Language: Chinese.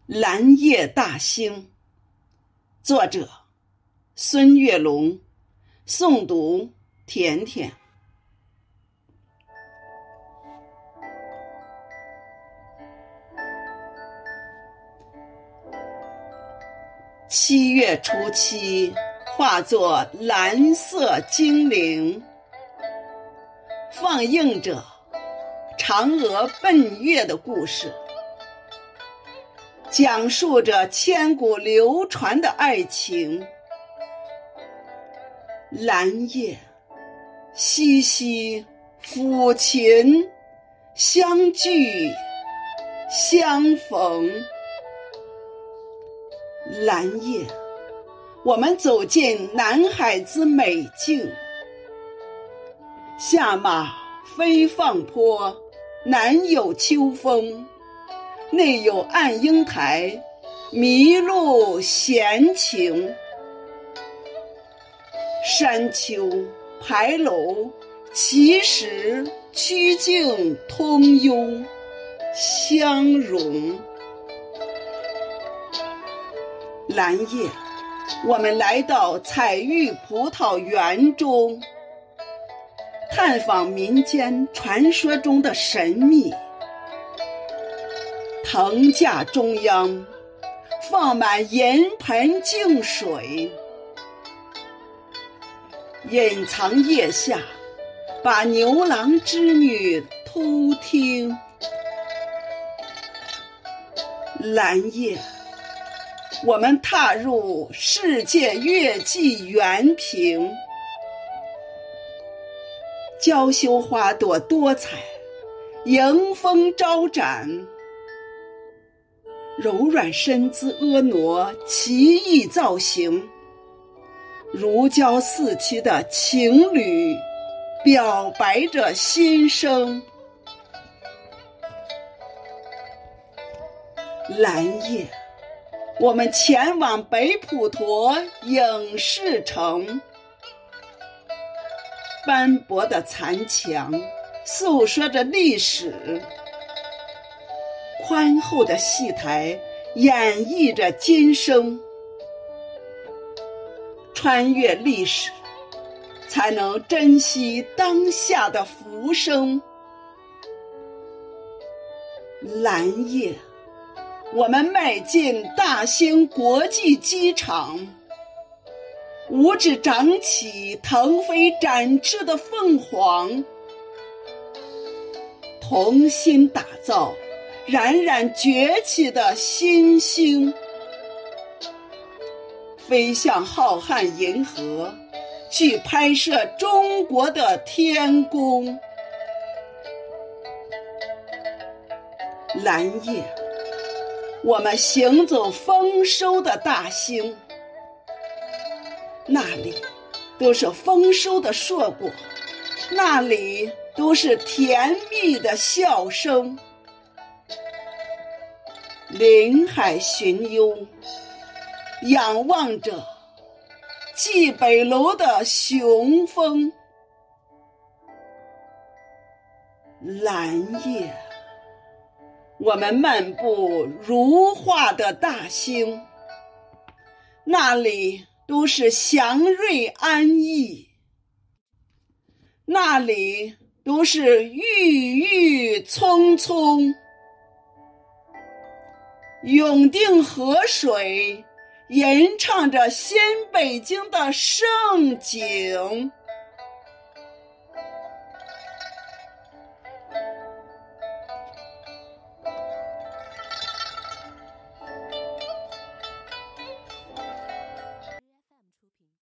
蓝夜大兴，作者孙月龙，诵读甜甜。7月初7，化作蓝色精灵，放映着嫦娥奔月的故事，讲述着千古流传的爱情。蓝夜淅淅抚琴，相聚相逢。蓝夜，我们走进南海之美境。下马飞放坡，南有秋风，内有暗英台，麋鹿闲情。山丘牌楼，奇石曲径通幽，相融。蓝夜，我们来到彩玉葡萄园中，探访民间传说中的神秘。藤架中央放满银盆净水，隐藏腋下，把牛郎织女偷听。蓝夜，我们踏入世界月季园坪，娇羞花朵多彩，迎风招展。柔软身姿婀娜，奇异造型，如胶似漆的情侣表白着心声。蓝夜，我们前往北普陀影视城，斑驳的残墙诉说着历史，宽厚的戏台演绎着今生。穿越历史，才能珍惜当下的浮生。蓝夜，我们迈进大兴国际机场，五指长起腾飞展翅的凤凰，同心打造冉冉崛起的新星，飞向浩瀚银河，去拍摄中国的天宫。蓝夜，我们行走丰收的大兴，那里都是丰收的硕果，那里都是甜蜜的笑声。临海寻幽，仰望着蓟北楼的雄风。蓝夜，我们漫步如画的大兴，那里都是祥瑞安逸，那里都是郁郁葱葱。永定河水吟唱着新北京的盛景。